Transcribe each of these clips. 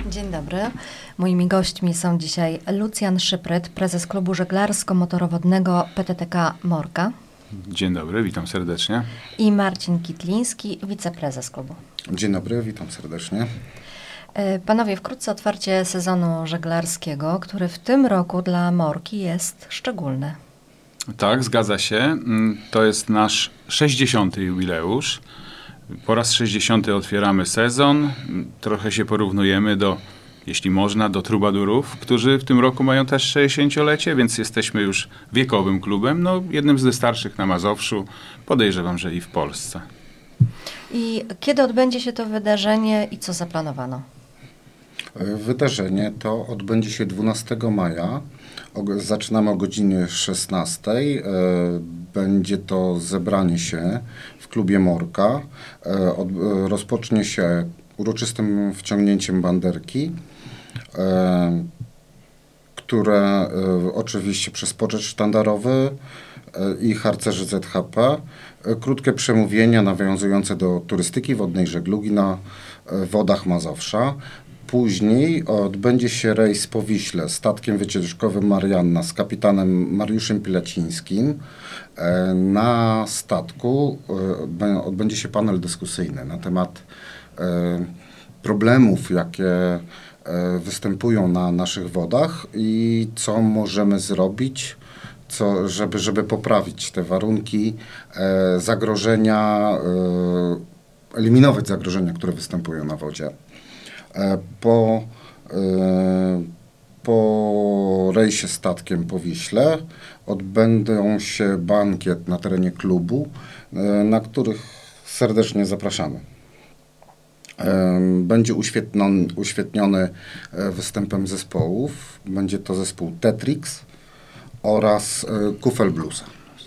Dzień dobry. Moimi gośćmi są dzisiaj Lucjan Szypryt, prezes klubu żeglarsko-motorowodnego PTTK Morka. Dzień dobry, witam serdecznie. I Marcin Kitliński, wiceprezes klubu. Dzień dobry, witam serdecznie. Panowie, wkrótce otwarcie sezonu żeglarskiego, który w tym roku dla Morki jest szczególny. Tak, zgadza się. To jest nasz 60. jubileusz. Po raz 60. otwieramy sezon. Trochę się porównujemy jeśli można, do trubadurów, którzy w tym roku mają też 60-lecie, więc jesteśmy już wiekowym klubem, jednym z starszych na Mazowszu, podejrzewam, że i w Polsce. I kiedy odbędzie się to wydarzenie i co zaplanowano? Wydarzenie to odbędzie się 12 maja. Zaczynamy o godzinie 16. Będzie to zebranie się w klubie Morka. Rozpocznie się uroczystym wciągnięciem banderki, które oczywiście przez poczet sztandarowy i harcerzy ZHP. Krótkie przemówienia nawiązujące do turystyki wodnej, żeglugi na wodach Mazowsza. Później odbędzie się rejs po Wiśle statkiem wycieczkowym Marianna z kapitanem Mariuszem Pilacińskim. Na statku odbędzie się panel dyskusyjny na temat problemów, jakie występują na naszych wodach i co możemy zrobić, żeby poprawić te warunki, zagrożenia, eliminować zagrożenia, które występują na wodzie. Po rejsie statkiem po Wiśle odbędą się bankiet na terenie klubu, na których serdecznie zapraszamy. Będzie uświetniony występem zespołów. Będzie to zespół Tetrix oraz Kufel Bluesa.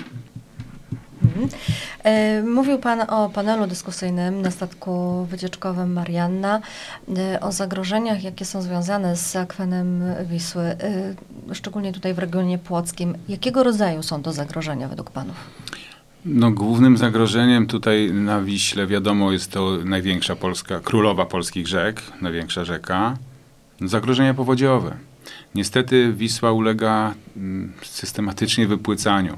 Mówił Pan o panelu dyskusyjnym na statku wycieczkowym Marianna, o zagrożeniach, jakie są związane z akwenem Wisły, szczególnie tutaj w regionie płockim. Jakiego rodzaju są to zagrożenia według Panów? Głównym zagrożeniem tutaj na Wiśle, wiadomo, jest to największa królowa polskich rzek, największa rzeka. Zagrożenia powodziowe. Niestety Wisła ulega systematycznie wypłycaniu.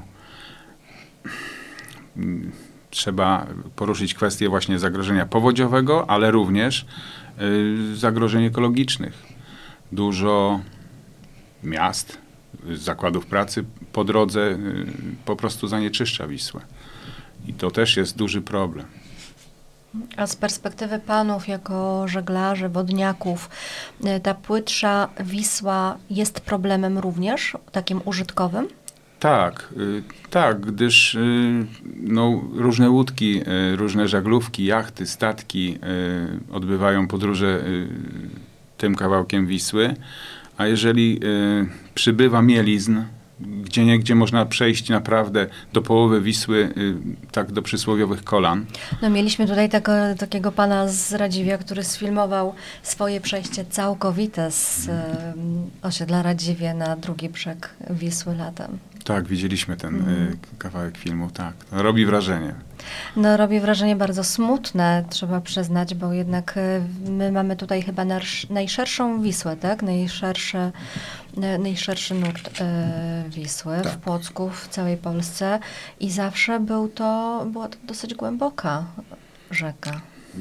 Trzeba poruszyć kwestię właśnie zagrożenia powodziowego, ale również zagrożeń ekologicznych. Dużo miast, zakładów pracy po drodze po prostu zanieczyszcza Wisłę. I to też jest duży problem. A z perspektywy Panów jako żeglarzy, wodniaków, ta płytsza Wisła jest problemem również takim użytkowym? Tak, gdyż różne łódki, różne żaglówki, jachty, statki odbywają podróże tym kawałkiem Wisły, a jeżeli przybywa mielizn, gdzieniegdzie można przejść naprawdę do połowy Wisły, tak do przysłowiowych kolan. Mieliśmy tutaj takiego pana z Radziwia, który sfilmował swoje przejście całkowite z osiedla Radziwie na drugi brzeg Wisły latem. Tak, widzieliśmy ten kawałek filmu, tak. Robi wrażenie. Robi wrażenie bardzo smutne, trzeba przyznać, bo jednak my mamy tutaj chyba najszerszą Wisłę, tak? Najszerszy nurt Wisły w Płocku, w całej Polsce i zawsze była to dosyć głęboka rzeka.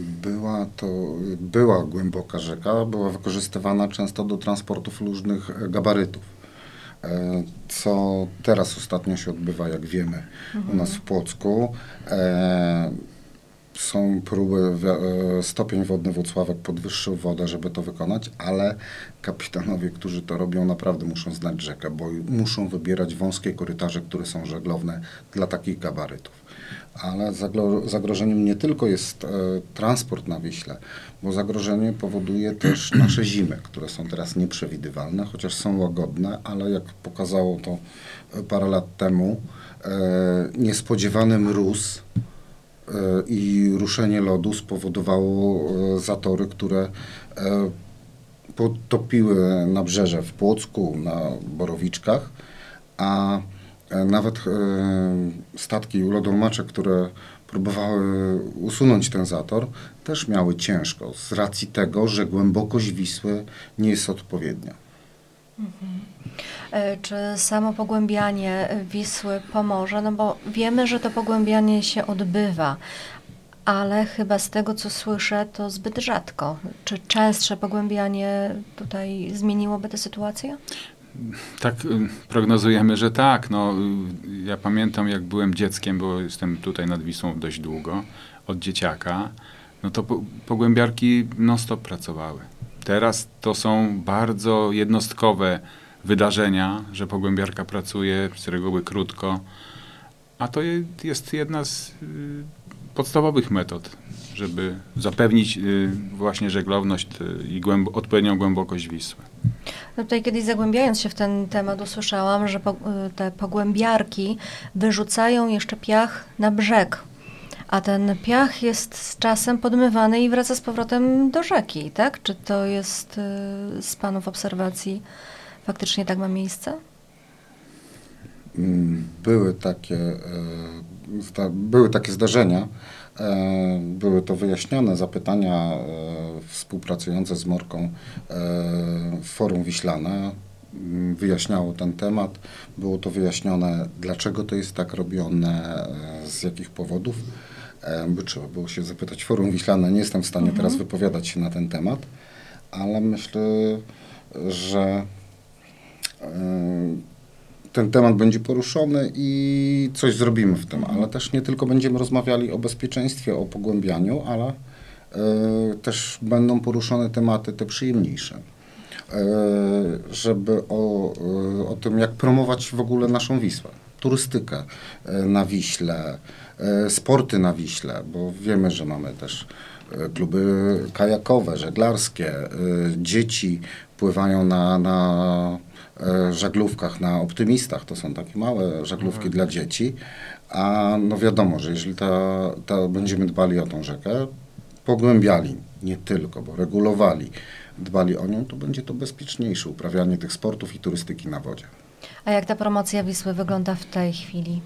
Była głęboka rzeka, była wykorzystywana często do transportów różnych gabarytów. Co teraz ostatnio się odbywa, jak wiemy, u nas w Płocku. Są próby, stopień wodny Włocławek podwyższył wodę, żeby to wykonać, ale kapitanowie, którzy to robią, naprawdę muszą znać rzekę, bo muszą wybierać wąskie korytarze, które są żeglowne dla takich gabarytów. Ale zagrożeniem nie tylko jest transport na Wiśle, bo zagrożenie powoduje też nasze zimy, które są teraz nieprzewidywalne, chociaż są łagodne, ale jak pokazało to parę lat temu, niespodziewany mróz i ruszenie lodu spowodowało zatory, które potopiły nabrzeże w Płocku, na Borowiczkach, a nawet statki lodomacze, które próbowały usunąć ten zator, też miały ciężko z racji tego, że głębokość Wisły nie jest odpowiednia. Czy samo pogłębianie Wisły pomoże? No bo wiemy, że to pogłębianie się odbywa, ale chyba z tego, co słyszę, to zbyt rzadko. Czy częstsze pogłębianie tutaj zmieniłoby tę sytuację? Tak, prognozujemy, że tak. No, ja pamiętam, jak byłem dzieckiem, bo jestem tutaj nad Wisłą dość długo, od dzieciaka, no to pogłębiarki non-stop pracowały. Teraz to są bardzo jednostkowe wydarzenia, że pogłębiarka pracuje z reguły krótko, a to jest jedna z podstawowych metod, żeby zapewnić właśnie żeglowność i odpowiednią głębokość Wisły. No tutaj kiedyś zagłębiając się w ten temat usłyszałam, że te pogłębiarki wyrzucają jeszcze piach na brzeg, a ten piach jest z czasem podmywany i wraca z powrotem do rzeki, tak? Czy to jest z Panów obserwacji faktycznie tak ma miejsce? Były takie zdarzenia. Były to wyjaśnione zapytania współpracujące z Morką Forum Wiślane. Wyjaśniało ten temat. Było to wyjaśnione, dlaczego to jest tak robione, z jakich powodów. By trzeba było się zapytać Forum Wiślane. Nie jestem w stanie teraz wypowiadać się na ten temat, ale myślę, że ten temat będzie poruszony i coś zrobimy w tym, ale też nie tylko będziemy rozmawiali o bezpieczeństwie, o pogłębianiu, ale też będą poruszone tematy te przyjemniejsze. Żeby o tym, jak promować w ogóle naszą Wisłę, turystykę na Wiśle, sporty na Wiśle, bo wiemy, że mamy też kluby kajakowe, żeglarskie, dzieci pływają na żaglówkach, na optymistach, to są takie małe żaglówki dla dzieci, a no wiadomo, że jeżeli będziemy dbali o tą rzekę, pogłębiali, nie tylko, bo regulowali, dbali o nią, to będzie to bezpieczniejsze uprawianie tych sportów i turystyki na wodzie. A jak ta promocja Wisły wygląda w tej chwili?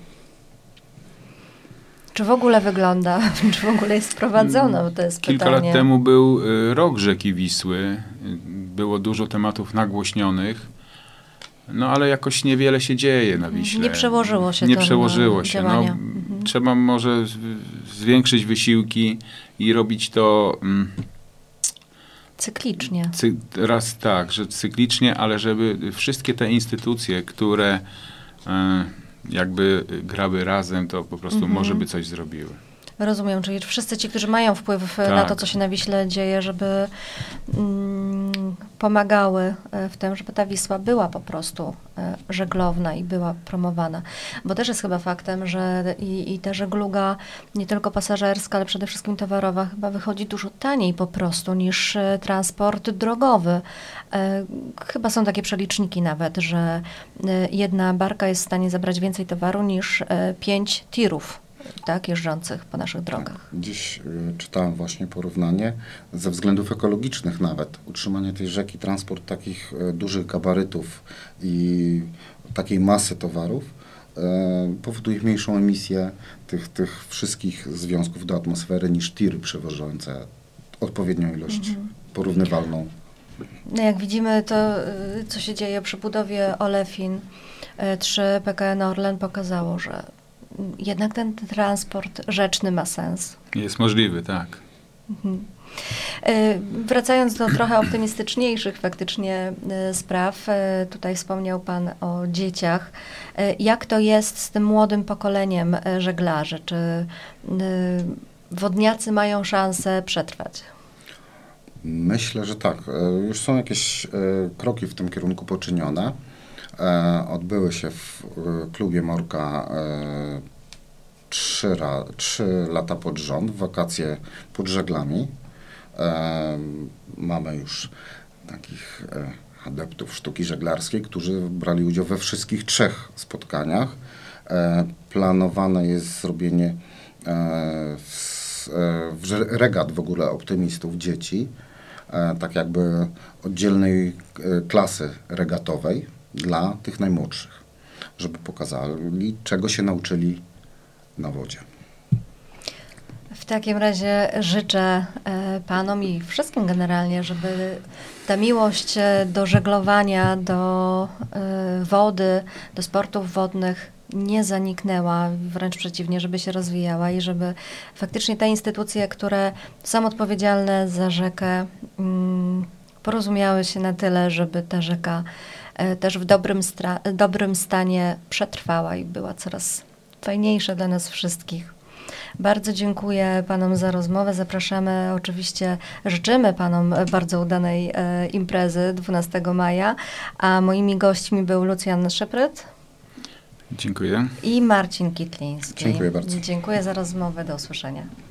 Czy w ogóle wygląda? Czy w ogóle jest prowadzona? Bo to jest Kilka pytanie. lat temu był rok rzeki Wisły. Było dużo tematów nagłośnionych. No ale jakoś niewiele się dzieje na Wiśle. Nie przełożyło się Nie to przełożyło na się. działania. No, trzeba może zwiększyć wysiłki i robić to Cyklicznie. raz tak, że cyklicznie, ale żeby wszystkie te instytucje, które jakby grały razem, to po prostu może by coś zrobiły. Rozumiem, czyli wszyscy ci, którzy mają wpływ na Tak. to, co się na Wiśle dzieje, żeby pomagały w tym, żeby ta Wisła była po prostu żeglowna i była promowana. Bo też jest chyba faktem, że i ta żegluga nie tylko pasażerska, ale przede wszystkim towarowa chyba wychodzi dużo taniej po prostu niż transport drogowy. Chyba są takie przeliczniki nawet, że jedna barka jest w stanie zabrać więcej towaru niż 5 tirów, tak, jeżdżących po naszych drogach. Dziś czytałem właśnie porównanie ze względów ekologicznych nawet. Utrzymanie tej rzeki, transport takich dużych gabarytów i takiej masy towarów powoduje mniejszą emisję tych wszystkich związków do atmosfery niż tiry przewożące odpowiednią ilość porównywalną. No jak widzimy to, co się dzieje przy budowie Olefin 3, PKN Orlen pokazało, że jednak ten transport rzeczny ma sens. Jest możliwy, tak. Wracając do trochę optymistyczniejszych faktycznie spraw, tutaj wspomniał Pan o dzieciach. Jak to jest z tym młodym pokoleniem żeglarzy? Czy wodniacy mają szansę przetrwać? Myślę, że tak. Już są jakieś kroki w tym kierunku poczynione. Odbyły się w klubie Morka 3 lata pod rząd, wakacje pod żeglami. Mamy już takich adeptów sztuki żeglarskiej, którzy brali udział we wszystkich 3 spotkaniach. Planowane jest zrobienie regat w ogóle optymistów dzieci, tak jakby oddzielnej klasy regatowej dla tych najmłodszych, żeby pokazali, czego się nauczyli na wodzie. takim razie życzę panom i wszystkim generalnie, żeby ta miłość do żeglowania, do wody, do sportów wodnych nie zaniknęła, wręcz przeciwnie, żeby się rozwijała i żeby faktycznie te instytucje, które są odpowiedzialne za rzekę, porozumiały się na tyle, żeby ta rzeka też w dobrym stanie przetrwała i była coraz fajniejsza dla nas wszystkich. Bardzo dziękuję panom za rozmowę. Zapraszamy, oczywiście życzymy panom bardzo udanej imprezy 12 maja, a moimi gośćmi był Lucjan Szypryt. Dziękuję. I Marcin Kitliński. Dziękuję bardzo. Dziękuję za rozmowę. Do usłyszenia.